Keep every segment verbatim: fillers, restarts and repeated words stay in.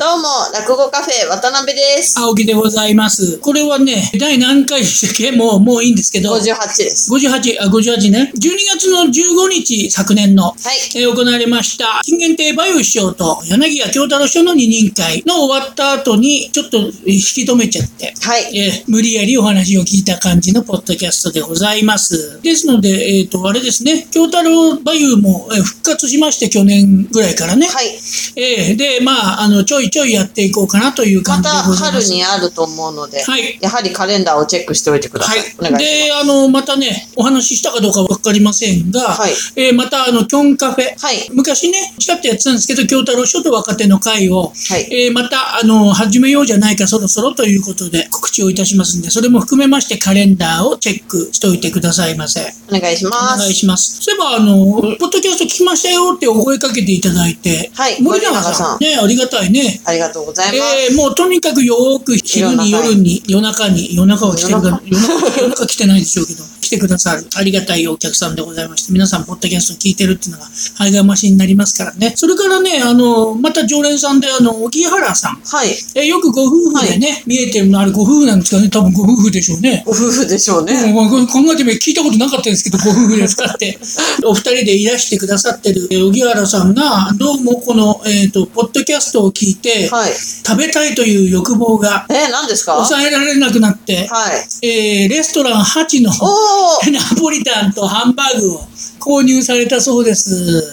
どうも、落語カフェ渡辺です。 青木でございます。これはね、第何回でしたっけ？もう、もういいんですけど。 ごじゅうはちです。 ごじゅうはち、あ、ごじゅうはちね。じゅうにがつのじゅうごにち、昨年の、はい、えー、行われました、金原亭馬遊師匠と柳家京太郎師匠の二人会の終わった後に、ちょっと引き止めちゃって、はい、えー、無理やりお話を聞いた感じのポッドキャストでございます。ですので、えっと、あれですね、京太郎馬遊も復活しまして、去年ぐらいからね。はい。えー、で、まあ、あの、ちょいちょいやっていこうかなという感じでございます。 また春にあると思うので、はい、やはりカレンダーをチェックしておいてください。はい、お願いします。 で、あの、またね、お話ししたかどうかわかりませんが、はい、えー、また、あの、キョンカフェ、はい、昔ね、ちらっとやってたんですけど、京太郎師匠と若手の会を、はい、えー、また、あの、始めようじゃないか、そろそろということで告知をいたしますんで、それも含めましてカレンダーをチェックしておいてくださいませ。 お願いします。 お願いします。そういえば、あの、ポッドキャスト聞きましたよってお声かけていただいて、はい、森永さん、ね、ありがたいね。 ありがとうございます。 えー、もうとにかくよーく昼に夜に夜中に夜中は来てるから夜中夜中来てないでしょうけど来てくださるありがたいお客さんでございまして、皆さんポッドキャスト聞いてるっていうのが励ましになりますからね。それからね、あのまた常連さんであの荻原さん、はい、えー、よくご夫婦でね、はい、見えてるのあれご夫婦なんですかね。多分ご夫婦でしょうね。 ご夫婦でしょうね。 うん、考えてみ聞いたことなかったんですけどご夫婦ですかってお二人でいらしてくださってる荻原さんがどうもこの、えーと、ポッドキャストを聞いて、はい、食べたいという欲望がえー、何ですか？ 抑えられなくなって、はい、えー、レストランはちのナポリタンとハンバーグを購入されたそうです。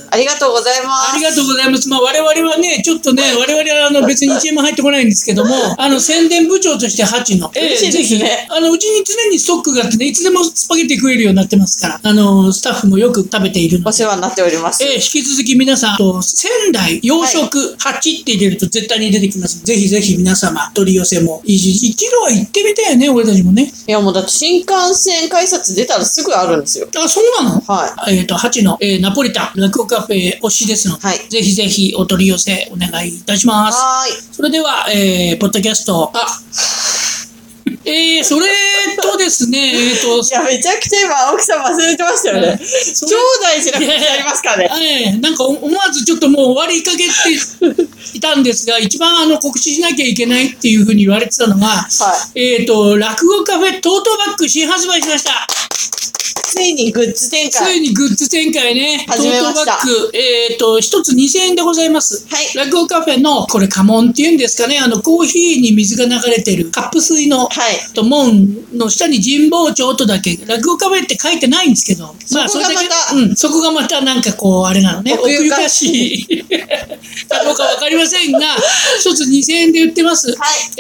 ありがとうございます。 ありがとうございます。まあ我々はね、ちょっとね、我々はあの別にいちえんも入ってこないんですけども、あの宣伝部長としてはちの、 えー、嬉しいですね。 あのうちに常にストックがあってね、いつでもスパゲッティ食えるようになってますから、あのスタッフもよく食べているので。 お世話になっております。 えー、引き続き皆さんと仙台洋食はちって入れると絶対に出てきます。ぜひぜひ皆様取り寄せもいいし、一度は行ってみたよね、俺たちもね。 いやもうだって新幹線改札出たらすぐあるんですよ。 あ、そうなの？はい。えっとはちの、えーナポリタン、落語カフェ推しですので、はい、ぜひぜひお取り寄せお願いいたします。はい。それでは、えー、ポッドキャスト、あ、えー、それとですね、えーと、 いや、めちゃくちゃ今、青木さん忘れてましたよね。超大事なことありますからね。 えー、なんか思わずちょっともう終わりかけていたんですが、一番あの告知しなきゃいけないっていうふうに言われてたのが、はい、えーと、落語カフェトートバッグ新発売しました。 ついにグッズ展開。 ついにグッズ展開ね。 始めました。 トートバッグ、えっと、一つにせんえんでございます。はい。落語カフェの、これ家紋っていうんですかね。あの、コーヒーに水が流れてるカップ水の、はい。と、門の下に神保町とだけ、落語カフェって書いてないんですけど、まあ、それだけ、うん、そこがまたなんかこう、あれなのね。奥ゆかしい。かどうかわかりませんが、一つにせんえんで売ってます。はい。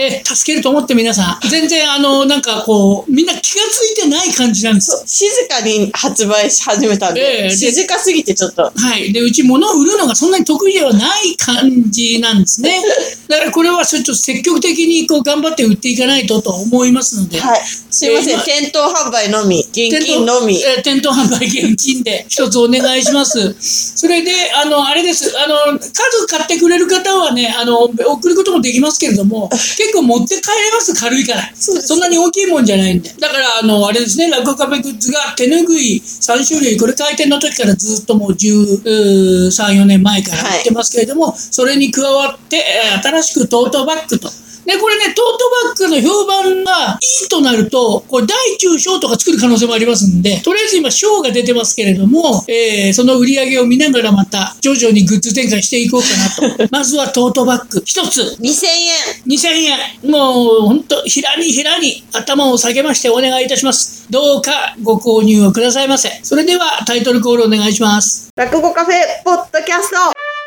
え、助けると思って皆さん。全然あの、なんかこう、みんな気がついてない感じなんです。 静かに発売し始めたんで、えー、静かすぎてちょっと。 はい。で、うち物を売るのがそんなに得意ではない感じなんですね。だからこれはちょっと積極的にこう頑張って売っていかないとと思いますので。 はい。すいません。えー、店頭販売のみ、現金のみ。 えー、店頭販売現金で一つお願いします。それで、あの、あれです。あの、数買ってくれる方はね、あの、送ることもできますけれども、結構持って帰れます。軽いから。そ, そんなに大きいもんじゃないんで。だから、あの、あれですね、落語カフェグッズが手ぬぐいさんしゅるい、これ開店の時からずっともうじゅうさん、よねんまえから言ってますけれども、はい、それに加わって、新しくトートバッグと。で、これね、トートバッグの評判がいいとなると、これ大中小とか作る可能性もありますんで、とりあえず今小が出てますけれども、えー、その売り上げを見ながらまた徐々にグッズ展開していこうかなと。まずはトートバッグ一つ。 にせんえん。 にせんえん。もう、ほんと、ひらにひらに頭を下げましてお願いいたします。どうかご購入をくださいませ。それではタイトルコールお願いします。 落語カフェポッドキャスト。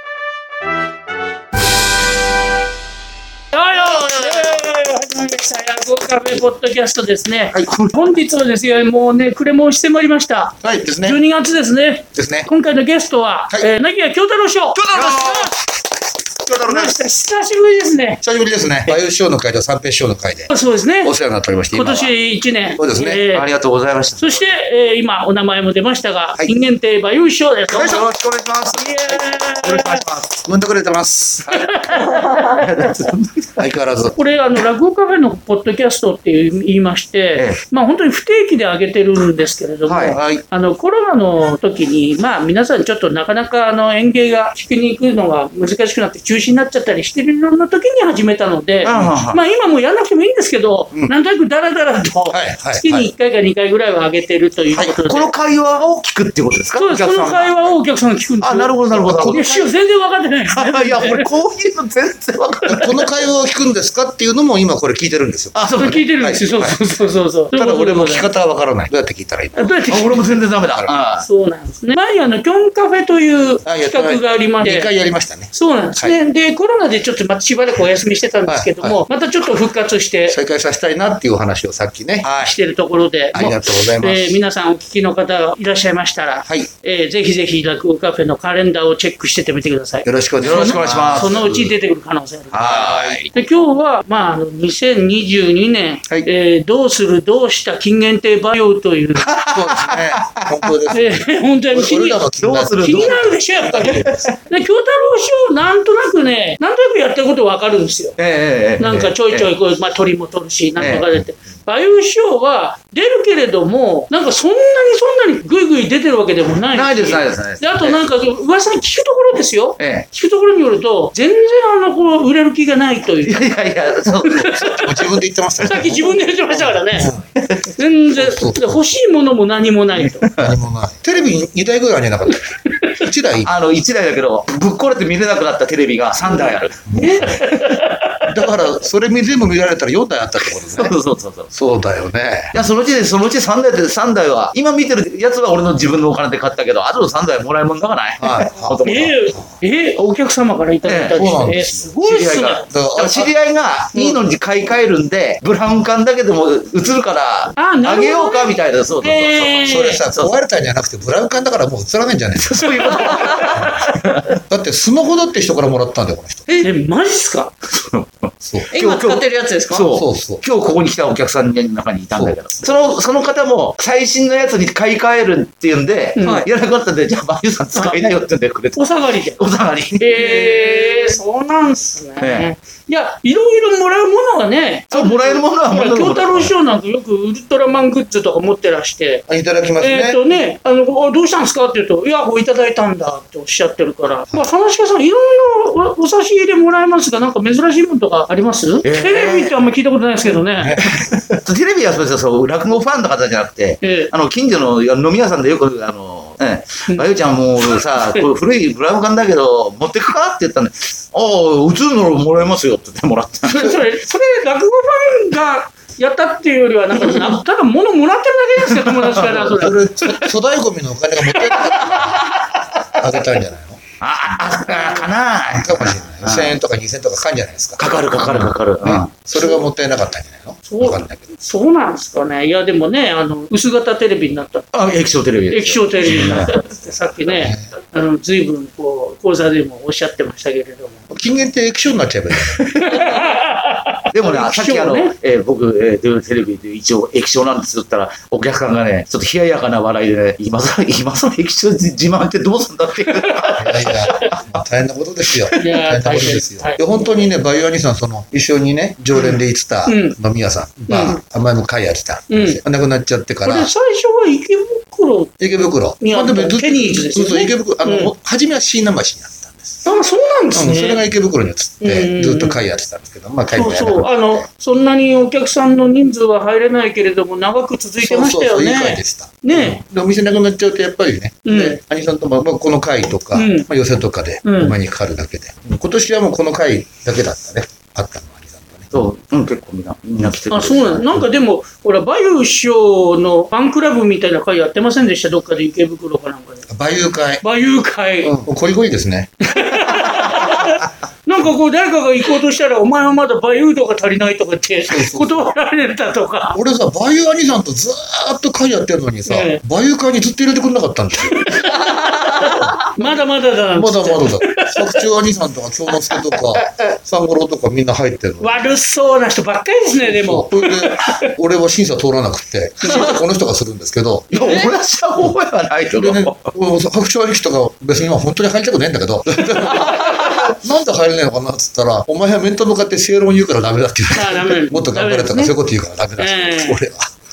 落語カフェポッドキャストですね。はい、本日はですね、もうね、暮れもしてまいりました。はい、ですね。じゅうにがつですね。ですね。今回のゲストは、はい、えー、柳家京太郎師匠。京太郎久しぶりですね。 久しぶりですね。馬遊師匠の会と三平師匠の会で。 そうですね。 お世話になっておりまして、 今年いちねん。 そうですね、えー。ありがとうございました。 そして、えー、今お名前も出ましたが、金原亭馬遊師匠です。 よろしくお願いします。よろしくお願いします。産んでくれてます。相変わらず。 これあの落語カフェのポッドキャストって言いまして、ええ、まあ本当に不定期で上げてるんですけれども、はいはい、あのコロナの時にまあ皆さんちょっとなかなかあの演芸が聞きに行くのが難しくなって中中止になっちゃったりしてるような時に始めたので、 あははまあ今もやんなくてもいいんですけど、 うんなんとなくだらだらとはいはい月にいっかいかにかいぐらいは上げてるというはい、 ことで、 この会話を聞くっていうことですか？ そうです、 お客さんがこの会話をお客さんが聞くんですよ。 あ、なるほどなるほどなるほど。 いや師匠全然分かってないですね。 いや、これこういうの全然わかんない。 この会話を聞くんですかっていうのも今これ聞いてるんですよ。 あ、 それ聞いてるんですよ。 はいそうそうそうそう。 ただ俺も聞きそういうことでございます方はわからない。どうやって聞いたらいいの？ どうやって聞くあ俺も全然ダメだ。あそうなんですね。前あのキョンカフェというあや企画がありましにかいて、 やりましたね。 そうなんですね。でコロナでちょっとまたしばらくお休みしてたんですけどはいも、またちょっと復活して再開させたいなっていうお話をさっきね。はい。 してるところで、 ありがとうございますもえー皆さんお聞きの方がいらっしゃいましたら、 はい。 えーぜひぜひ落語カフェのカレンダーをチェックしてってみてください。 よろしくお願いしよろます。 しくお願いしますそのうちに出てくる可能性あります。 はい。 で今日は、まあ、あのにせんにじゅうにねん、 はいえーどうするどうした金限定バイオという、 そうですね。本当ですね。 えー本当に気に俺らの気になるどうする気になるでしょ、やっぱり。で、京太郎師匠、なんとなくね、なんとなくやってることわかるんですよ。 ええええええなんかちょいちょいこう、まあ、鳥も取るし、なんとか出て。バイオ師匠は出るけれども、なんかそんなにそんなにぐいぐい出てるわけでもないし。 ないですないですないです。 であとなんか噂に聞くところですよ。 え聞くところによると、全然あの、こう、売れる気がないとえ。 いう。 いやいやいや、そう。 自分で言ってましたね。 さっき自分で言ってましたからね。全然、で欲しいものも何もないと。 何もない。テレビにだいぐらいあるんじゃなかったっけ？いちだい。 あの、一台だけど、ぶっ壊れて見れなくなったテレビがさんだいある。 だからそれ全部見られたらよんだいあったってことそうね。 そうそうそう。 そうだよね。 いや、そのうちで、そのうちさんだいってさんだいは、今見てるやつは俺の自分のお金で買ったけど、あとのさんだいはもらい物だからね。 はいもともとえー、えーお客様からいただいたりええそうなんして、えーですすごいっすね。 知り合いが。 だからだから知り合いがいいのに買い替えるんで、ブラウン管だけでも映るから、 あなるほどねあげようかみたいな、そうそうそうそう。 えーそれさ、 そうそう壊れたんじゃなくてブラウン管だからもう映らないんじゃないの？ そういうこと。 だってスマホだって人からもらったんだよ、この人。 え、マジっすか？ そう。 え今使ってるやつですか？ そうそうそう。 今日ここに来たお客さんの中にいたんだけど、その、その方も最新のやつに買い替えるっていうんで、 うんやらなかったんで、じゃあ、バイユさん使いなよって言うんでくれてお、下がりで。 お下がり。 えー、そうなんすね。 えいや、いろいろもらうものがね、 そう、もらえるものはほらもらえるもの京太郎師匠なんかよくウルトラマングッズとか持ってらして、 あいただきますえっ、 ね。 とね、あの、おどうしたんですかって言うと、いや、こういただいたんだっておっしゃってるから、まあ、話し家さん、いろいろおお差し入れもらえますが、なんか珍しいものとかあります、 えーテレビってあんま聞いたことないですけどね。 テレビはそうですよ、そう、落語ファンの方じゃなくて、 ええあの、近所の飲み屋さんでよく、あの、ええ、バイユちゃんもうさ、これ古いブラウン管だけど、持ってくかって言ったんで、ああ、映るのもらえますよって言ってもらった。 それ、それ、それ落語ファンがやったっていうよりは、なんか、なただ物もらってるだけですか、友達から、それ。 それ、粗大ゴミのお金がもったいなかったからあげたんじゃないの？ ああ、あかなかもしれない。せんえんとかにせんえんとかかかんじゃないですか。 かかるかかるかかる。うん。 それがもったいなかったんじゃないの？ そうわかんないけど。 そうなんですかね。いや、でもね、あの、薄型テレビになった。 あ、液晶テレビです。 液晶テレビになったってさっきね、あの、随分こう、講座でもおっしゃってましたけれども。 金言って液晶になっちゃえばいいの。 でもね、さっきあの、 液晶ねえー僕、えー、テレビで一応液晶なんですよって言ったら、お客さんがね、ちょっと冷ややかな笑いでね、今さら、今さら液晶自慢ってどうすんだっていう。 いやいや、大変なことですよ。 いや大変なことですよ。 大変で本当にね、バイオアニさん、その、一緒にね、常連で行ってたうん飲み屋さん、まあ、前も会やってた。 うん亡くなっちゃってからこれ、最初は池袋。 池袋。 にあったまあでもずっとケニーズですよねそうそう池袋、あの、 うん初めは椎名橋にあったんです。 あ、そうなんですね。 うんそれが池袋に移っうんて、ずっと会やってたんですけど、まあ、会そうそう。 もやらなかっあの、そんなにお客さんの人数は入れないけれども、長く続いた。 てましたよそうそうそう、いい会ねで。した。 ねでお店なくなっちゃうと、やっぱりね、 うんで兄さんとも、まあ、この会とか、 うんまあ、寄せとかで、 うんお前にかかるだけで。今年はもうこの会だけだったね。あったの、兄さんとね。 そう、うん、結構みんな、みんな来てくれあ、 てそうなんだ。なんかでも、ほら、バイオ師匠のファンクラブみたいな会やってませんでした、どっかで池袋かなんかで。 バイオ会。 バイオ会。 うん、こりごりですね。 なんかこう、誰かが行こうとしたら、お前はまだバイオ度が足りないとかって断られたとか。 俺さ、バイオ兄さんとずーっと会やってるのにさ、 ええバイオ会にずっと入れてくれなかったんですよ。 まだまだだなんつってまだまだだ。作中兄さんとか京之助とか、三五郎とかみんな入ってるの。 悪そうな人ばっかりですね、でも。 そうそれで、俺は審査通らなくて、審査この人がするんですけど、 いや、同じ覚えはないけど。 それでね、俺白鳥兄貴とか別に今本当に入りたくないんだけど、なんで入れないのかなっつったら、お前は面と向かって正論言うからダメだって言うあダメもっと頑張れとか、そういうこと言うからダメだって、 ええ俺は。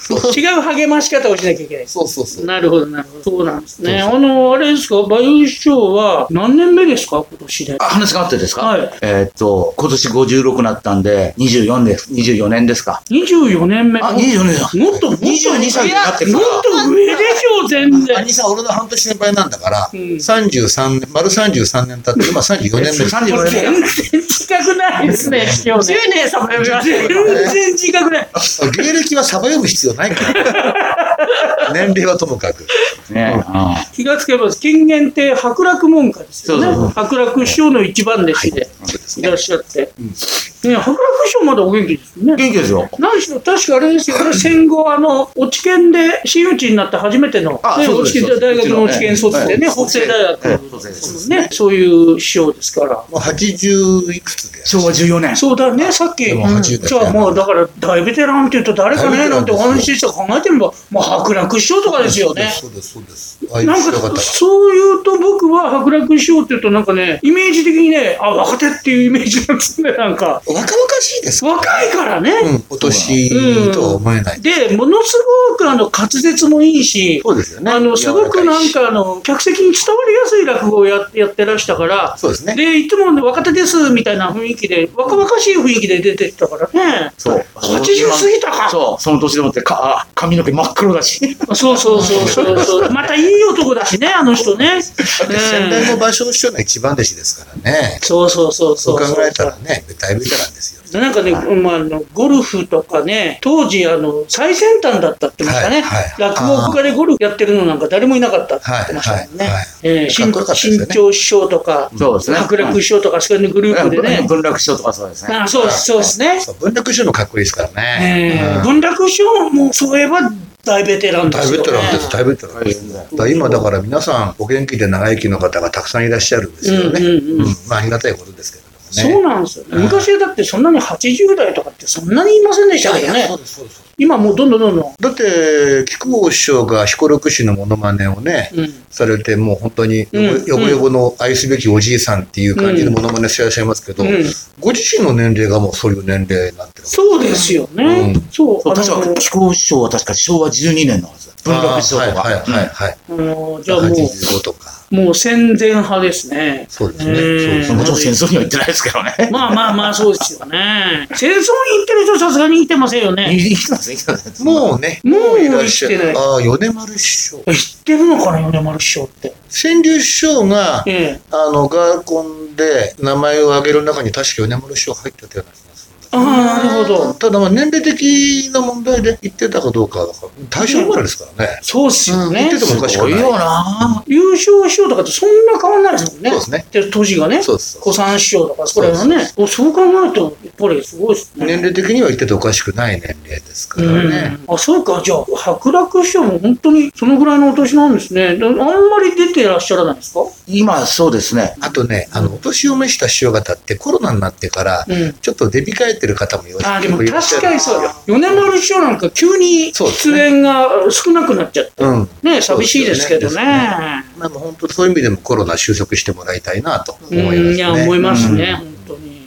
違う励まし方をしなきゃいけない。 そうそうそう。 なるほど、なるほど。そうなんですね。あの、あれですか、馬遊師匠は何年目ですか、今年で。 あ、話があってですか？ はい。 えーっと、今年ごじゅうろくなったんで、にじゅうよんです。にじゅうよねんですか。 にじゅうよねんめ。 あ、にじゅうよねんだ。 もっと、もっと、 にじゅうにさいになってるもっから。 と上でしょう、全然。 兄さん、俺の半年先輩なんだから、 うんさんじゅうさんねん、丸さんじゅうさんねん経って、今さんじゅうよねんめです。 さんじゅうよねん全然近くないですね、師匠じゅうね。 ねんさまよりました全よ。 然近くない。 芸歴はさば読む必要ないから。年齢はともかく。 ね。 気がつけば、金言って伯楽門下ですよね。 そうそう伯楽師匠の一番弟子でいらっしゃって。ね、伯楽師匠まだお元気ですよね。 元気ですよ。 何しろ、確かあれですよね、戦後、あの、落研で真打ちになって初めての、ね、 あそうです落研大学の落研卒でね、 ええ法政大学ええのね、そういう師匠ですから。 もうはちじゅういくつで。 しょうわじゅうよねん。 そうだね、さっき、 でもうんはちじゅうじゃあもうだから大ベテランって言うと誰かねなんてお話しして考えてみれば、もう伯楽師匠とかですよね。 そうです、そうです。ああいうなん人よかったかそういうと僕は伯楽師匠って言うとなんかね、イメージ的にね、あ、若手っていうイメージなんですね、なんか。 若々しいです。 若いからね。 うん、お年とは思えない。 で、ものすごくあの滑舌もいいし、 そうですよね。 あのすごくなんかあの客席に伝わりやすい落語をややってらしたから、 そうですね。 でいつも、ね、若手ですみたいな雰囲気で、若々しい雰囲気で出てたからね、 そう。 はちじゅう過ぎたか、 そう。その年でもってか、あ髪の毛真っ黒だし。 そうそうそうそうそう、またいい男だしね、あの人ね。 だって先代の芭蕉師匠の一番弟子ですからね。 そうそうそうそそうう。 考えたらね、大ベテランですよ。 なんかね、まあ、あのゴルフとかね、当時あの最先端だったって言ってましたね、 はいはい落語家でゴルフやってるのなんか誰もいなかったって言ってましたもんね。 はいはいはいえー新かっこよかったですよね新潮師匠とか、 そうですね。 伯楽師匠とか、そういうグループでね。 文楽師匠とかそうですね。 あそうです、そうですね。 そう文楽師匠のかっこいいですからね。 えーうん文楽師匠もそういえば大ベテランです大よね。 ベテランです、大ベテランです。だから今だから皆さんお元気で長生きの方がたくさんいらっしゃるんですよね。 うんうんうんうんまあありがたいことですけれどもね。 そうなんですよね。昔はだってそんなにはちじゅう代とかってそんなにいませんでしたけどね。 そうですそうです。 今もうどんどんどんどん。 だって木久扇師匠が彦六師のモノマネをね、 うんされてもう本当にうんよぼよぼの愛すべきおじいさんっていう感じのモノマネしてらっしゃいますけど、 うんご自身の年齢がもうそういう年齢になってる。 そうですよね。 うんそう。 そう、 あの確か、貴公師匠は確かしょうわじゅうにねんのはず。文楽師匠とか。 はいはいはいはい。 あのじゃあもはちじゅうごとか。 う、もう戦前派ですね。 そうですね。 えーそうですねもちろん戦争には行ってないですけどね。 まあまあまあ、そうですよね。戦争に行ってる人さすがにいてませんよね。 生きてます、生きてます。 もうね、 もういらっしゃ生きてないる。ああ、米丸師匠。 知ってるのかな、米丸師匠って。 川柳師匠が、 ええ。 あの、ガーコンで名前を挙げる中に確か米丸師匠入ってたような気がする。 ああ、なるほど。 ただまあ年齢的な問題で言ってたかどうかは大正生まれですからね。 そうっすよね言って。てもおかしくない。 すごいよな。 優勝師匠とかってそんな変わんないですもんね。 そうですね。 で、年がね。 そうです。 小三師匠とか、そこら辺はね。おそう考えると、やっぱりすごいですね。 年齢的には言ってておかしくない年齢ですからね。 うん、あ、そうか。じゃあ、伯楽師匠も本当にそのぐらいのお年なんですね。だあんまり出てらっしゃらないですか？ 今、そうですね。 あとね、あの、お年を召した師匠方ってコロナになってから、 うん。 ちょっと出控えてる方もいらっしゃる。 あ、でもいらっしゃる確かにそうよ。米丸師匠なんか急に出演が少なくなっちゃって。 うん。 ね、寂しいですけどね。 そうですねまあ、もう本当そういう意味でもコロナ収束してもらいたいなと思いますね。 うん、いや、思いますね、 うん本当に。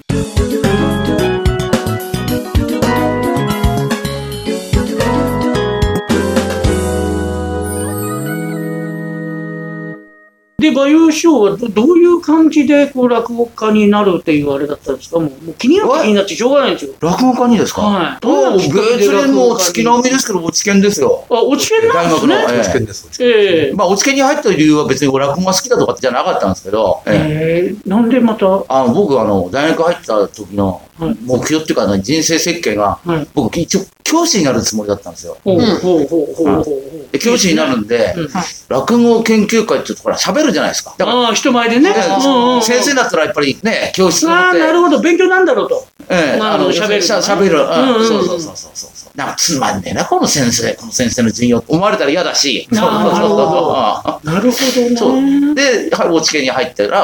で、馬遊師匠はどどういう感じでこう落語家になるっていうあれだったんですか？もうもう気になって気になってしょうがないんですよ。 落語家にですか？ はい。 もう別にもう月月並みですけど、落研ですよ。 あ、落ち研なんですね。 大学の落ち研です、落ち研ええまあ、落研に入った理由は別に落語が好きだとかじゃなかったんですけど、ええええなんでまた、はあの僕あの大学入った時のはい目標っていうか、ね、人生設計がい。 僕一応教師になるつもりだったんですよ。 ほううんほうほうほうほうほう。 で教師になるんで、 うん落語研究会っていうところは喋るじゃないですか。だから、 ああ、人前でね。 ねうんうんうん先生だったらやっぱりね、教室にああ、 乗って、 なるほど。勉強なんだろうと。 ええまああの喋るしゃしゃべる、うんうんうんうんそうそうそうそうそう。なんかつまんねえな、この先生、この先生の授業思われたら嫌だし。 あーなるほどあなるほどね。 そうで、はい、落研に入ったら、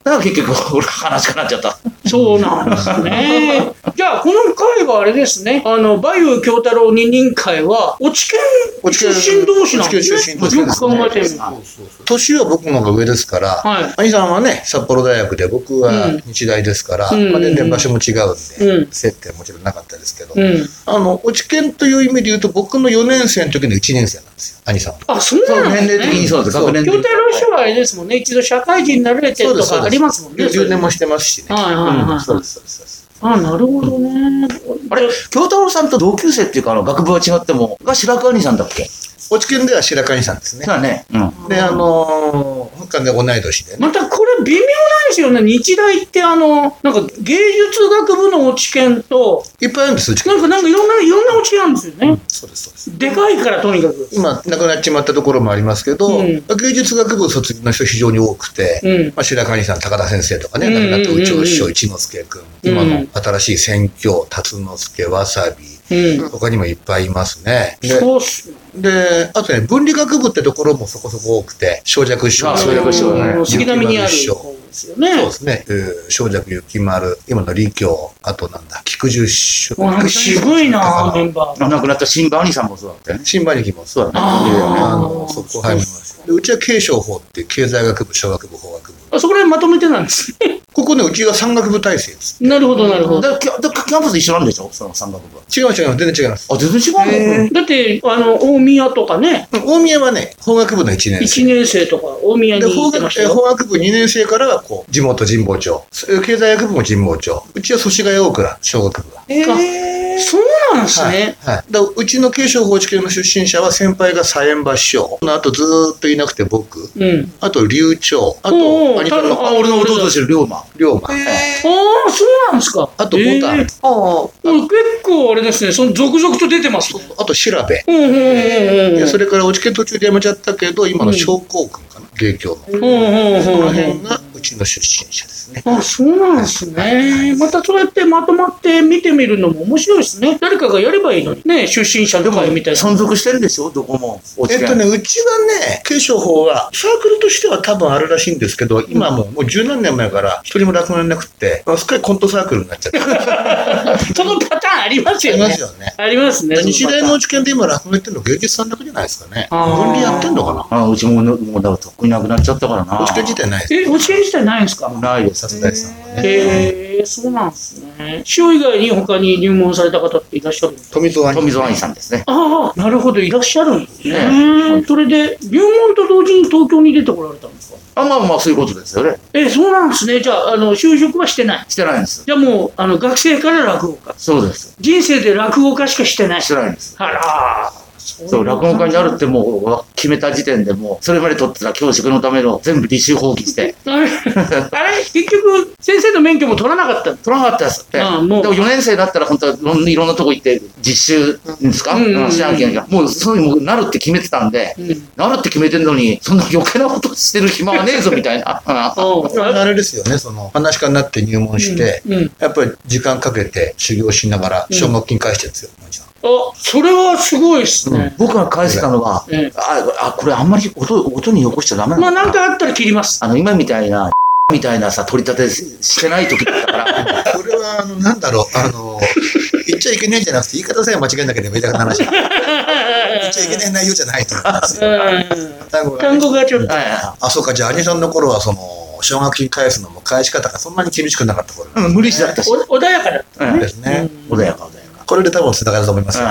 だから結局、俺、話かなっちゃった。 そうなんですね。じゃあ、この会はあれですね、あの、梅雨京太郎二人会は、落ち県出身同士なんですね。 落ち県出身同士よく考えてみると。 年は僕の方が上ですから、 はい兄さんはね、札幌大学で、僕は日大ですから、 うんまあ、全然場所も違うんで、 うん接点はもちろんなかったですけど、 うん。 あの、落ち県という意味で言うと、僕のよねん生の時のいちねん生なんですよ、兄さんは。 あ、そうそう、 なんです年齢的にね。 そうです。 そう学年的に。 京太郎氏はあれですもんね、一度社会人になられてとかありますもんね。 じゅうねんもしてますしね。 はいはいはい。 そうです、そうですそうです。 あ、なるほどね。 あれ、京太郎さんと同級生っていうか、あの、学部は違っても、が白川兄さんだっけ？ 落ち県では白川兄さんですね。 そうだね。うん。 で、あのー、本館で同い年でね。 またこれ微妙なんですよね。日大ってあの、なんか芸術学部の落ち研と、 いっぱいあるんです、落ち県。 なんかなんかいろんな、いろんな落ち研あるんですよね。 そうです、そうです。 でかいからとにかく。 今、亡くなっちまったところもありますけど、 うん芸術学部卒業の人非常に多くて、 うん。 まあ、白川兄さん、高田先生とかね、 うん亡くなったうんうん内尾師匠、一之輔君、今の新しい選挙、辰之助、わさび、 うん。 他にもいっぱいいますね。で、 そうっすよ。 であとね、文理学部ってところもそこそこ多くて、正尺師匠、 あ正尺師匠ねあの杉並にある師匠方ですよね。 そうですね、えー正尺幸丸、今の李教、あとなんだ、菊十師匠。 もうなんか渋いなメンバー。 亡くなった新馬兄さんもそうだったよね。 新馬力もそうだね。 あーあの、そこ入ります。でうちは慶商法っていう経済学部、小学部、法学部。 あそこら辺まとめてなんですね。 ここね、うちは山岳部体制です。 なるほど、なるほど。 だからキャだからキャンパス一緒なんでしょその三学部は。 違います、違います、全然違います。 あ、全然違うの？ だって、あの、大宮とかね、 大宮はね、法学部のいちねん生。 いちねん生とか大宮にで行法学えってましたよ。 法学部にねん生からはこう地元神保町、経済学部も神保町、うちは祖師ヶ谷大倉小学部が。 えあそうなんですね。 はいはい、だからうちの慶商法地系の出身者は先輩が佐縁橋師匠、その後ずーっといなくて僕、 うん。 あと流暢、あおうおうと兄貴のたあ、俺の弟としてる龍馬。 龍馬、 ああ、そうなんですか。 あとボタン、 えーあもう結構あれですね、その続々と出てますね。 あと調べ、 うんうんうんうん。 でそれからおちけ途中で辞めちゃったけど今の商工君かな、芸協の、 うんうんうんこのうん辺がうちの出身者ですね。 あ、そうなんですね。またそうやってまとまって見てみるのも面白いですね。誰かがやればいいのにね、出身者の会みたいな。 存続してるでしょどこも。 えっとね、うちはね、慶商法は、サークルとしては多分あるらしいんですけど、今もう、もう十何年前から一人も落語やんなくって、すっかりコントサークルになっちゃって。あそのパターンありますよりね。 ますよね。 ありますね。 日大のそ落ち研で今落語やってるの芸術さんだけじゃないですかね。 あー分離やってんのかな。 あ、うちも、もうだからとっくになくなっちゃったからな。 落ち研自体ないです。 え、教え自体ないんですか？ ないです。 殺大さんはね。 へえ、そうなんですね。師匠以外に他に入門された方っていらっしゃるんですか？ 富蔵兄富蔵兄さんですね。 ああ、なるほど、いらっしゃるんですね。 ねそれで、入門と同時に東京に出てこられたんですか？ あ、まあまあ、そういうことですよね。 え、そうなんですね。じゃあ、あの、就職はしてない。 してないんです。 じゃあもう、あの、学生から落語家。 そうです。 人生で落語家しかしてない。 してないんです。 あらー。 そう、落語家になるってもう決めた時点でもう、それまで取ってた教職のための全部履修放棄して。 あれ、あれ結局、先生の免許も取らなかったの？ 取らなかったですって。 ああもうでもよねん生だったら本当はいろんないろんなとこ行って実習ですか、 うんうんうんしなきゃいけないから。もうそういうのもなるって決めてたんで、 うん。 なるって決めてんのに、そんな余計なことしてる暇はねえぞみたいな。あおうあれですよね、その、話し家になって入門して、 うんうんやっぱり時間かけて修行しながら奨学金返してるんですよ、おじさん。 あ、それはすごいですね。 僕が返せたのは、 ええあ、あ、これあんまり音音に残しちゃダメなのまあ、 かな。 なんかあったら切ります。 あの、今みたいな、みたいなさ、取り立てしてない時だったから。 これは、あの、なんだろう、あの、言っちゃいけないんじゃなくて、言い方さえ間違えなければいいだけの話。言っちゃいけない内容じゃないと思いますよ。 うん単語がね単語がちょっと。 はいはあ、そうか、じゃあ、兄さんの頃は、その、奨学金返すのも返し方がそんなに厳しくなかった頃いはい。うん、無理しだったし。 お穏やかだったうんですね。 穏やか穏やか。 これで多分繋がると思いますよ。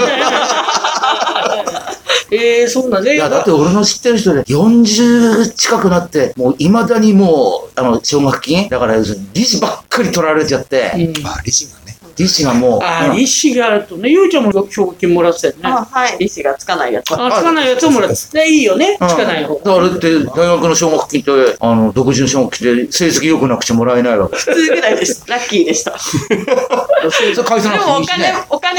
ええ、そうなんね。 いや、だって俺の知ってる人でよんじゅう近くなって、もういまだにもう、あの、奨学金だから、利子ばっかり取られちゃって、 うんまあ、利子がね。 利子がもう、 ああ、 うん利子があるとね、ゆうちゃんも奨学金もらってたよね。 あ、はい。利子がつかないやつ。 あ、つかないやつをもらってた。ねいいよね、つかない方。 だからあれって大学の奨学金って、あの、独自の奨学金で成績良くなくちゃもらえないわけ。 普通ぐらいです。ラッキーでした。 それ返さでなくていいしもお金ね。、 お金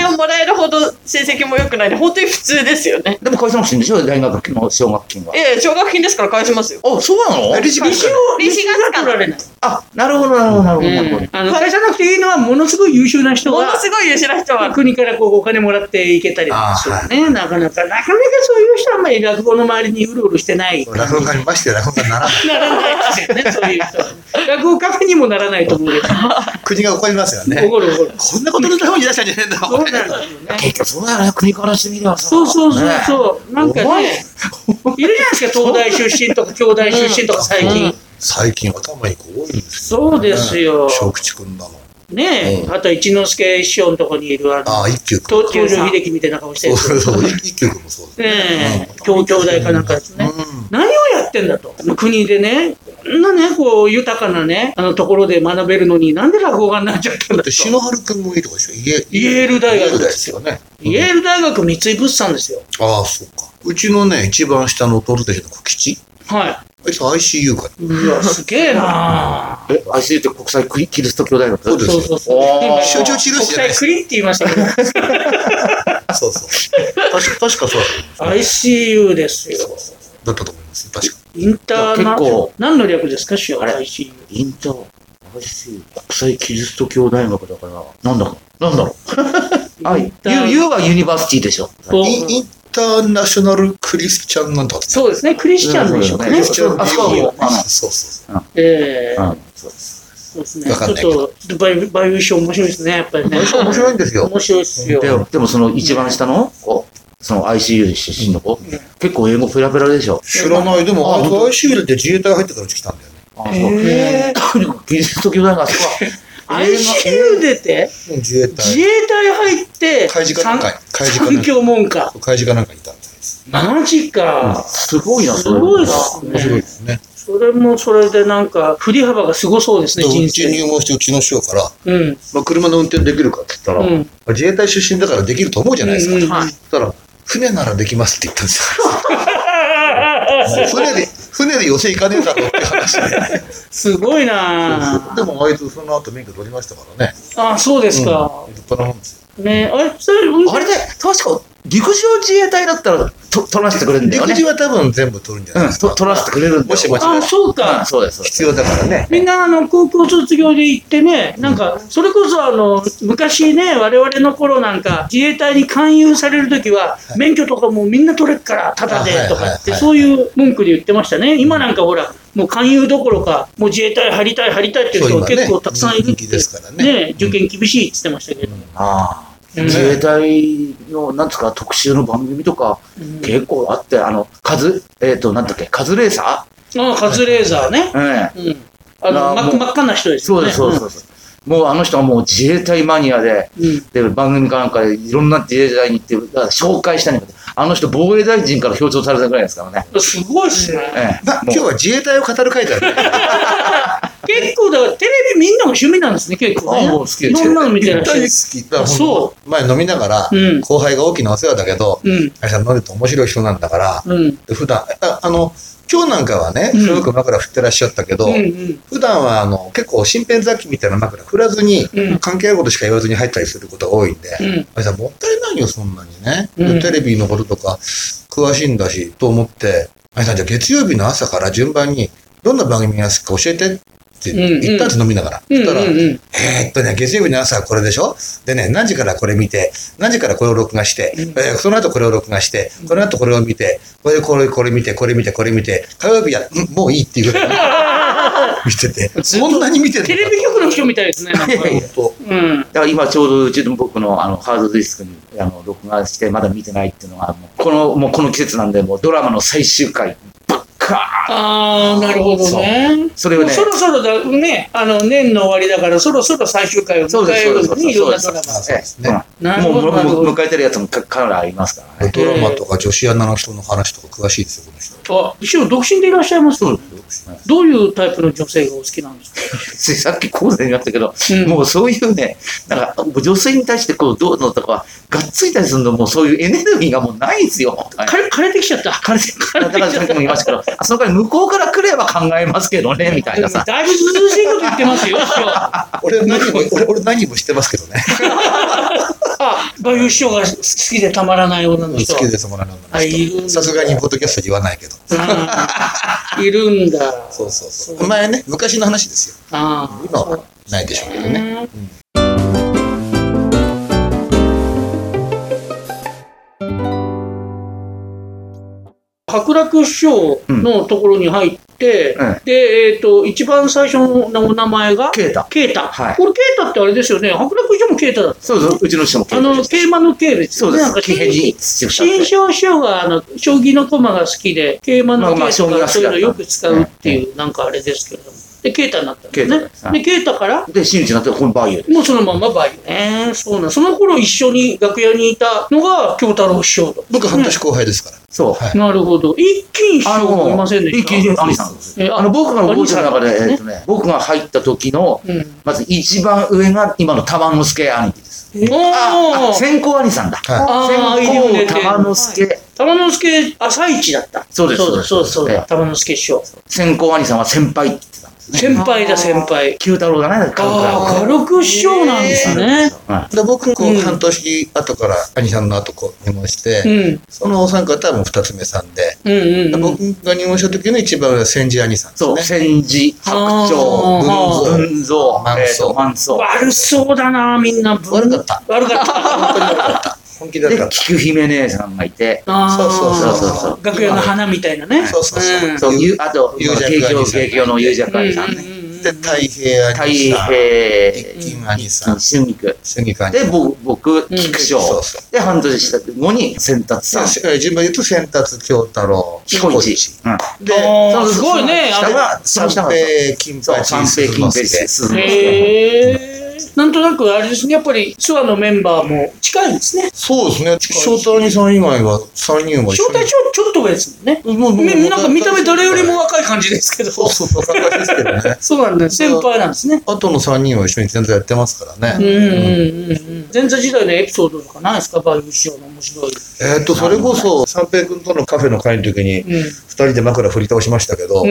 をもらえるほど成績も良くないで、本当に普通ですよね。 でも返せなくていいんでしょ、大学の奨学金は。 ええ、奨学金ですから返しますよ。 あ、そうなの？ 利子が利子を利子が取られない。 あ、なるほどなるほどなるほどなるほど。 あの返さなくていいのはものすごい優秀な人もがのすごい優秀な人は。 国からこうお金もらっていけたりするね。なかなかなかなかそういう人はあんまり落語の周りにうろうろしてない。 落語家にまして落語家にならないならないですよね、そういう人は。落語カフェにもならないと思うけど。 国が怒りますよね。 怒る怒る。 こんなことのために出したんじゃねえんだそうなんですよね。 結局そうだよね、国からしてみればさ。 そうそうそうねそう。なんかね、いるじゃないですか、東大出身とか京大出身とか最近。 最近頭いい子多いんですよ。 そうですよ。 小吉君だの。 ねえ、 うんあと一之輔師匠のとこにいるあのああ、一休君。 東京秀樹みたいな顔してる。 そうそうそう、一休君もそうですねえ、京京大かなんかですね。 うん何をやってんだと。国でね、こんなね、こう、豊かなね、あのところで学べるのに、なんで落語家になっちゃったんだと。 だって篠原君もいいとこでしょ。イエイェール大学イェールですよね。 イェール大学三井物産ですよ。 ああ、そうか。うちのね、一番下の弟弟子の小吉。 はあいつ アイシーユー かい。うわ、すげえなぁ。 え、アイシーユー って国際キリスト教大学？ そうですそうそうそう。 おー集中治療国室じゃないです際クリって言いましたけど、 ら。そうそう。確か、確かそうアイシーユー ですよ。 だったと思います。確か。 インターナ、 結構何の略ですか、師匠、 あれアイシーユー。 インター、アイシーユー、国際キリスト教大学だから、なんだろう、なんだろう。あ、 インター U、U はユニバーシティでしょ。 そうインインターナショナルクリスチャンなんとかって。 そうですね、クリスチャンでしょうかね。 うんそうですねあそこはもうあのそうそうそう。 ええうん、そうです。 そうですね。 わかんないちょっと、バイバイオション面白いですね、やっぱりね。 面白いんですよ。 面白いですよ。 でも、でもその一番下の子、その アイシーユー 出身の子、結構英語ペラペラでしょ。 知らない。でも、あいつ アイシーユー で自衛隊入ってからうち来たんだよね。 あ、そう。キリスト教大学、あそこは。 アイシーユー 出て、 自衛隊。 自衛隊入って、 海事かなんか、海事かなんか、 三教門下。 海事かなんかにいたんです。 マジか。 すごいな、それ。 すごいっす面白いね。 ですね。 それもそれでなんか、振り幅がすごそうですね、 でう人生。 ち入門してうちの師匠から、 うん。 まあ、車の運転できるかって言ったら、 うん自衛隊出身だからできると思うじゃないですか。 うんうんはいそしたら、船ならできますって言ったんですよ。船で、船で寄せ行かねえだろうって話で。 すごいなぁ。 でもあいつその後免許取りましたからね。 あ、そうですか。 うん立派なもんですよ。 ねあれ、それ、運あれで、確か、陸上自衛隊だったら、と取らせてくれるんだよね。 陸自は多分全部取るんじゃないうん、 ですか。 と取らせてくれるんだよ。 もしもあ、そううんか。 そうです。そうです必要だからね。 みんなあの高校卒業で行ってね、なんか、それこそあの、昔ね、我々の頃なんか、自衛隊に勧誘されるときは、免許とかもうみんな取れっから、タダでとかって、 はいはいはいはいそういう文句で言ってましたね。今なんかほら、もう勧誘どころか、もう自衛隊入りたい入りたいっていう人が結構たくさんいるって人気ですからね。 ね、受験厳しいって言ってましたけど。 ああ。 うん自衛隊の、なんつうか、特集の番組とか、 うん結構あって、あの、カズ、えっと、なんだっけ、カズレーサああ、カズレーザーね。 ーええ。 うん。あの、真っあもう真っ赤な人ですよね。 そうです、そうです、そうです。もうあの人はもう自衛隊マニアで、 うん。 で、番組かなんかでいろんな自衛隊に行って、だから紹介したんだけど、あの人防衛大臣から表彰されたぐらいですからね。 うん。すごいっすね。 ええ。 まあ、今日は自衛隊を語る回だね。 結構だからテレビみんなが趣味なんですね、結構ね。 あもう好きですいろんなの見てらっしゃる。 好き。だからそ前飲みながら、 うん後輩が大きなお世話だけど、 うん。 あいさん飲んでて面白い人なんだから、 うん。 で普段ああの、今日なんかはね、 うんすごく枕振ってらっしゃったけど、 うんうん。 普段はあの結構身辺雑記みたいな枕振らずに、 うん関係あることしか言わずに入ったりすることが多いんで、 うん。 あいさんもったいないよ、そんなにね。 うんテレビのこととか詳しいんだし、と思って、あいさんじゃあ月曜日の朝から順番にどんな番組が好きか教えてって言ったんです、飲みながら。 うん。 そしたら、 うん。うん。 えーっとね、月曜日の朝はこれでしょでね、何時からこれ見て、何時からこれを録画して、 うんえーその後これを録画して、この後これを見て、これでこれ、これ見て、これ見て、これ見て、火曜日は、んもういいっていうぐらい見てて、そんなに見てるのかテレビ局の人みたいですね、なんか。 いやとうん。 だから今ちょうどうちの僕のあのハードディスクにあの録画してまだ見てないっていうのが、もうこの、もうこの季節なんで、もうドラマの最終回ばっかああ、なるほどね。 それをねもうそろそろだね、あの、年の終わりだから、そろそろ最終回を迎えるね、いろんなドラマ。 そうですね。 なるほど、 もうもなるほど。 う迎えてるやつもかかなりありますからね。 ドラマとか女子アナの人の話とか詳しいですよ、この人。 あ、一応独身でいらっしゃいますそうどういうタイプの女性がお好きなんですか？ ついさっきこうで言いましたけど、 うんもうそういうね、なんか女性に対してこうどうのとか、がっついたりするのもそういうエネルギーがもうないんですよ。 枯れ枯れてきちゃった。 彼氏だからさっきも言いましたけど、あその代わり向こうから来れば考えますけどね、みたいなさ。 だいぶずうずうしいこと言ってますよ、師匠。 俺何も、俺、俺何も知ってますけどね。 あ、 馬優師匠が好きでたまらない女の人。 好きでたまらないあ、いるんだ。 さすがにポッドキャスト言わないけど。 うんいるんだ。 そうそうそう。前ね、昔の話ですよ。 ああ。 今はないでしょうけどね。 伯楽師匠のところに入って、 うん、 で、えっ、ー、と、一番最初のお名前が啓太。 啓太。 はい。 これ啓太ってあれですよね。伯楽師匠も啓太だった。 そうそう、うちの師匠も啓太。あの、桂馬の啓ですよね。 そうです。 新新章師匠が、あの、将棋の駒が好きで、桂馬の啓とかそういうのよく使うっていう、なんかあれですけれども。で、啓太になったんですね。で、啓太から、 で、真打ちになって、このバイオ。 もうそのままバイオ。えー、そうなん。その頃一緒に楽屋にいたのが京太郎師匠だ。 僕半年後輩ですから。 そう。 なるほど。一気に師匠もいませんでした。 一気に兄さんです。あの、僕が覚えてる中で、えっとね、僕が入った時の、まず一番上が今の玉之助兄貴です。あ、先行兄さんだ。先行玉之助。 玉之助、朝一だった。 そうです。 そうそうそう。玉之助師匠。 先行兄さんは先輩って言ってたんですね。 先輩だ、先輩。 九太郎だね、 ああ、家禄師匠なんですね。 で、僕、こう、半年後から兄さんの後、こう、入門して、そのお三方はもう二つ目さんで、僕が入門した時の一番上は千治兄さんですね。 そう、千治、白鳥、文蔵、万蔵。 悪そうだな、みんな。 悪かった。 悪かった。 本当に悪かった。本気だった。 で、菊姫姉さんがいて、 そうそうそうそう。 楽屋の花みたいなね。 そうそうそう。 そう、あと、芸協、芸協の有弱兄さんね。 で、太平兄さん。太平。 一金兄さん。 春菊。 春菊兄で、僕、菊章。で、半年した後に、先達さん。 順番言うと、先達京太郎。 彦一。 で、すごいね。 下が、 三平金八。 三平金八。 へー。なんとなくあれですね、やっぱりツアーのメンバーも近いんですね。 そうですね。翔太兄さん以外はさんにんは一緒に。 翔太ちょちょっと上ですもんね。もうなんか見た目誰よりも若い感じですけど。 そうそうそう、若いですけどね。 そうなんだ。先輩なんですね。 あとのさんにんは一緒に前座やってますからね。 うんうんうんうん。前座時代のエピソードとかないですか、バイブ師匠の面白い。 えっと、それこそ、三平君とのカフェの会の時に、二人で枕振り倒しましたけど、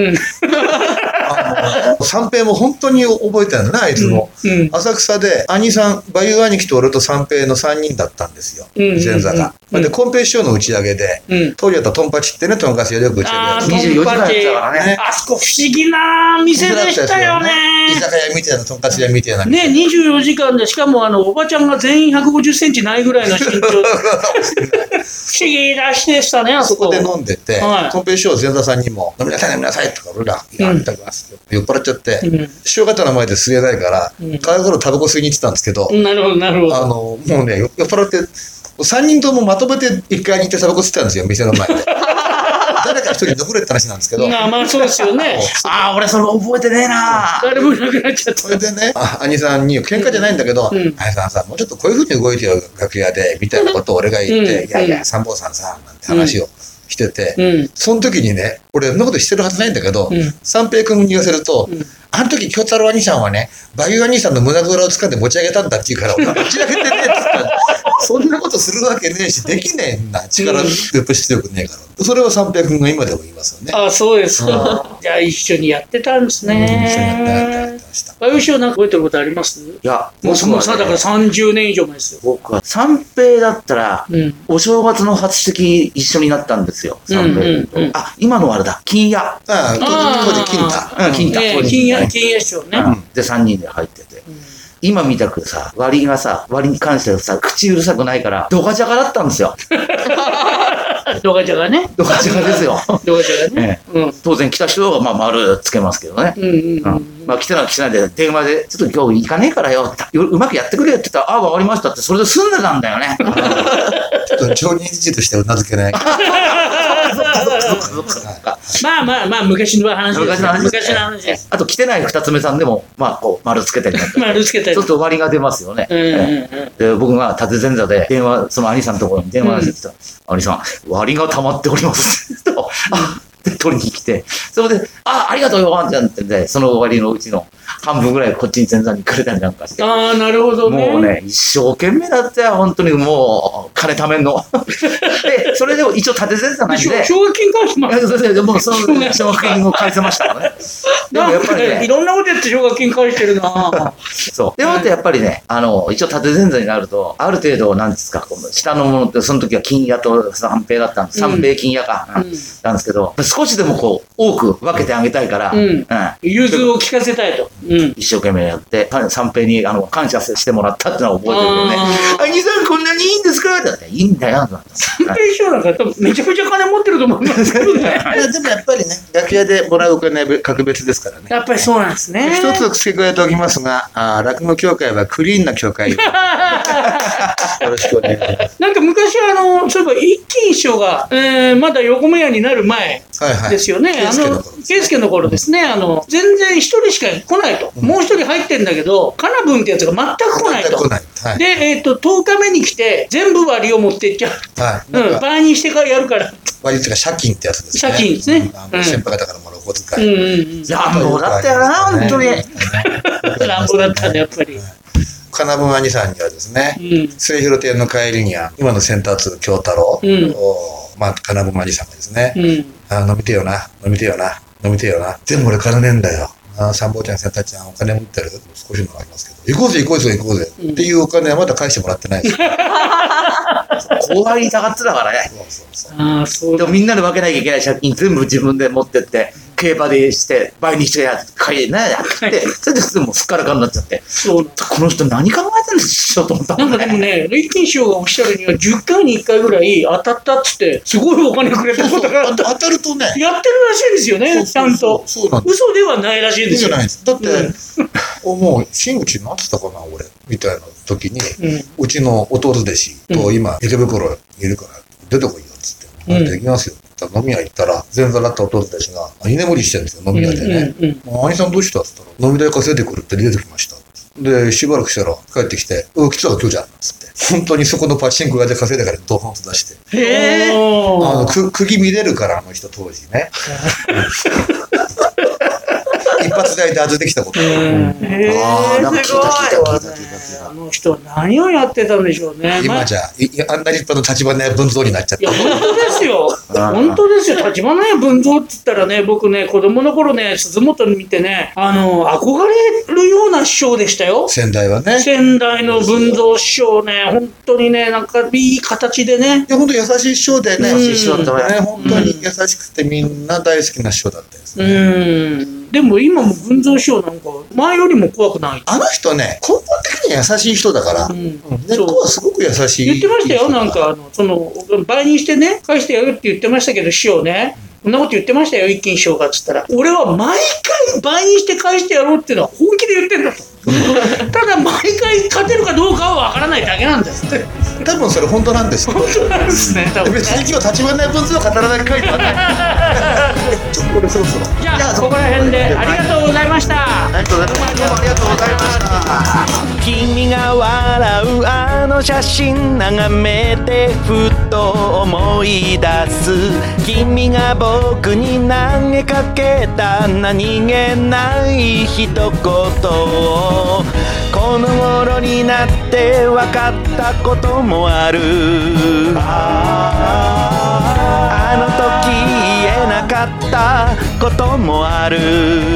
三平も本当に覚えてるんだな、あいつも。浅草で、兄さん、馬優兄貴と俺と三平のさんにんだったんですよ、前座が。で、コンペ師匠の打ち上げで、当時だったトンパチってね、とんかつ屋でよく打ち上げにじゅうよじかんやったからね。 あそこ不思議な店でしたよね。 居酒屋みたいな、とんかつ屋みたいな。 ね、にじゅうよじかんで、しかもあの、おばちゃんが全員ひゃくごじゅっセンチないぐらいの身長。不思議な人でしたね、あそこ。 そこで飲んでて、コンペ師匠前座さんにも、飲みなさい飲みなさいとか、俺ら、いや、いただきますって。酔っ払っちゃって、師匠方の前で吸えないから、帰る頃タバコ吸いに行ってたんですけど、 なるほど、なるほど。 あの、もうね、酔っ払って、さんにんともまとめていっかいに行ってタバコ吸ってたんですよ、店の前で。誰か一人残れって話なんですけど。 まあまあそうですよね。 ああ、俺それ覚えてねえな。 誰もいなくなっちゃった。 それでね、兄さんに、喧嘩じゃないんだけど、兄さんさ、もうちょっとこういうふうに動いてよ、楽屋で、みたいなことを俺が言って、いやいや、三坊さんさ、なんて話をしてて、その時にね、俺、そんなことしてるはずないんだけど、三平君に言わせると、あの時、京太郎兄さんはね、馬優兄さんの胸ぐらを掴んで持ち上げたんだって言うから、俺持ち上げてねえって言ったら、そんなことするわけねえし、できねえんだ。力、やっぱ強くねえから。それは三平君が今でも言いますよね。 ああ、そうですか。じゃあ一緒にやってたんですね。 一緒にやってました。 馬優師匠なんか覚えてることあります？ いや、 もうそのさ、だからさんじゅうねん以上前ですよ。 僕は三平だったら、お正月の初席一緒になったんですよ。三平と。あ、今のあれだ、金屋。 ああ、当時金太。 うん、金太。 金屋、金屋師匠ね。 で、さんにんで入ってて。今見たくさ、割りがさ、割りに関してはさ、口うるさくないから、ドガジャガだったんですよ。 ドガジャガね。 ドガジャガですよ。 ドガジャガね。 当然来た人が、まあ、丸つけますけどね。まあ、来てない来てないで、電話で、ちょっと今日行かねえからよ、うまくやってくれよって言ったら、ああ、わかりましたって、それで済んでたんだよね。 ちょっと常任理事としてうなずけない。 まあまあまあ、昔の話です。昔の話昔の話です。 あと、来てない二つ目さんでも、まあ、こう、丸つけたり丸つけたり。 ちょっと割りが出ますよね。で、僕が立前座で、電話、その兄さんのところに電話してたら、兄さん、割りが溜まっております。と、あ取りに来て、それで、あ、ありがとうよ、ワンちゃんってで、その終わりのうちの半分ぐらいこっちに前座にくれたりなんかして。 ああ、なるほどね。 もうね、一生懸命だったよ、本当にもの、金貯めんの。で、それでも一応立て前座なんで。 奨学金返します。 でもその奨学金を返せましたからね。でもやっぱりね、 いろんなことやって奨学金返してるなそう。でもってやっぱりね、あの、一応立て前座になると、ある程度、なんですか、この下のものって、その時は金屋と三平だったんです。三平金屋か、うん、なんですけど、少しでもこう、多く分けてあげたいから、 うん。融通を聞かせたいと。 うん。一生懸命やって、三平にあの感謝してもらったってのは覚えてるよね。兄さんこんなにいいんですかって言ったら、いいんだよ。 三平師匠なんかめちゃくちゃ金持ってると思いますけどね。 でもやっぱりね、楽屋でもらうお金は格別ですからね。 やっぱりそうなんですね。 一つ付け加えておきますが、あ落語協会はクリーンな協会。よろしくお願いします。 なんか昔あの、そういえば一金師匠が、えー、まだ横目屋になる前ですよね。はいはい、あの、圭介の頃ですね、あの、全然一人しか来ないと。うん、もう一人入ってんだけど、カナブンってやつが全く来ないと。 来ない。はい、 で、えっ、ー、と、とおかめに来て、全部割りを持っていっちゃう。はい。うん、倍にしてからやるから。 割りっていうか、借金ってやつですね。 借金ですね。 うん、先輩方からもらうお小遣い。うんうんうん。 乱暴だったよな、本当に。 乱暴だったね、やっぱり。 金文兄さんにはですね、うん、末広亭の帰りには、今のセンターツー京太郎、うん、まあ、金文兄さんがですね、うん、あ飲みてよな、飲みてよな、飲みてよな。でも俺金ねえんだよ。あ三坊ちゃん、センターちゃん、お金持ってる少しのありますけど、行こうぜ行こうぜ行こうぜ、うん、っていうお金はまだ返してもらってないです。 後輩にたがってたからね。そうそうそう。ああ、そう。でもみんなで分けなきゃいけない借金全部自分で持ってって、競馬でして、倍にしてやって、ね、やって、それでもうすっからかんになっちゃって。そう。この人何考えてんですよと思ったもんね。 なんかでもね、累金師匠がおっしゃるにはじゅっかいにいっかいぐらい当たったっつって、すごいお金くれたことが当たるとね、 やってるらしいんですよね、ちゃんと。そうなんです。嘘ではないらしいんですよ。 だって、うん、もう、真打ちになってたかな、俺、みたいな時に、うん、うちの弟弟子と今、池袋にいるから、出てこいよっつって、うん、できますよ。飲み屋行ったら、前座だった弟たちが、居眠りしてるんですよ、飲み屋でね。うんうんうん、兄さんどうしたって言ったら、飲み代稼いでくるって出てきました。で、しばらくしたら帰ってきて、うん、来たら今日じゃんっつって。本当にそこのパチンコ屋で稼いだからドーンと出して。 へー。あの、く、釘見れるから、あの人当時ね。一発台で当ててきたこと。 ああ、なんか聞いた聞いた聞いた聞いた聞いた。あの人は何をやってたんでしょうね。 今じゃ、あんな立派な立花屋文蔵になっちゃった。 いや、本当ですよ。本当ですよ。立花屋文蔵って言ったらね、僕ね、子供の頃ね、鈴本見てね、あの、憧れるような師匠でしたよ。 先代はね。 先代の文蔵師匠ね、本当にね、なんかいい形でね。 いや、本当優しい師匠でね。優しい師匠だったね。本当に優しくてみんな大好きな師匠だったですね。 うん。でも今も文蔵師匠なんか前よりも怖くない。 あの人ね、根本的に優しい人だから、うん、根っこはすごく優しい。 言ってましたよ、なんかあのその倍にしてね返してやるって言ってましたけど、師匠ね、そんなこと言ってましたよ、一金師匠がっつったら、俺は毎回倍にして返してやろうっていうのは本気で言ってんだと。ただ毎回勝てるかどうかは分からないだけなんですって。 多分それ本当なんですよ。 本当なんですね。多分ね。 別に今日立花屋文蔵を語らない回ではない。ちょっとこれそろそろ。 じゃあここら辺でありがとうございました。 ありがとうございました。どうもありがとうございました。 君が笑うあの写真眺めてふと思い出す、君が僕に投げかけた何気ない一言をこの頃になって分かったこともある。あの時言えなかったこともある。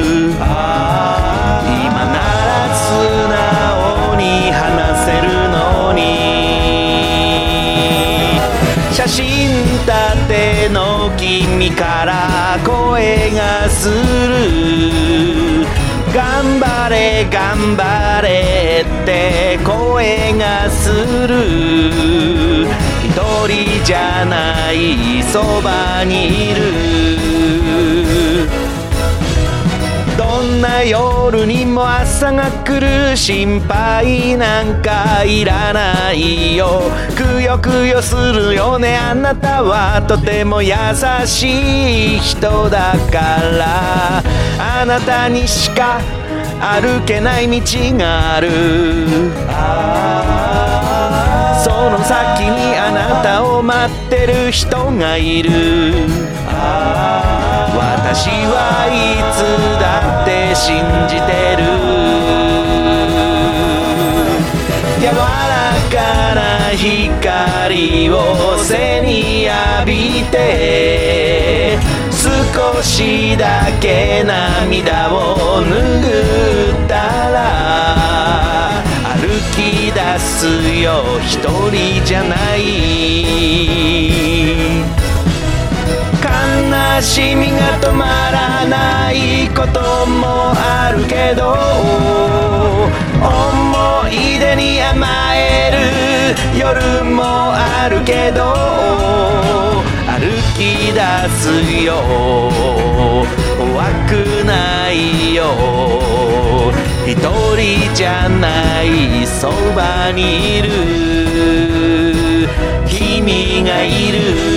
今なら素直に話せるのに、写真立ての君から声がする。頑張れ頑張れって声がする。一人じゃないそばにいる。どんな夜にも朝が来る。心配なんかいらないよ。くよくよするよね。あなたはとても優しい人だから。あなたにしか歩けない道がある。その先にあなたを待ってる人がいる。私はいつだって信じてる。柔らかな光を背に浴びて少しだけ涙を拭ったら歩き出すよ一人じゃない悲しみが止まらないこともあるけど思い出に甘える夜もあるけど歩き出すよ怖くないよ一人じゃないそばにいる君がいる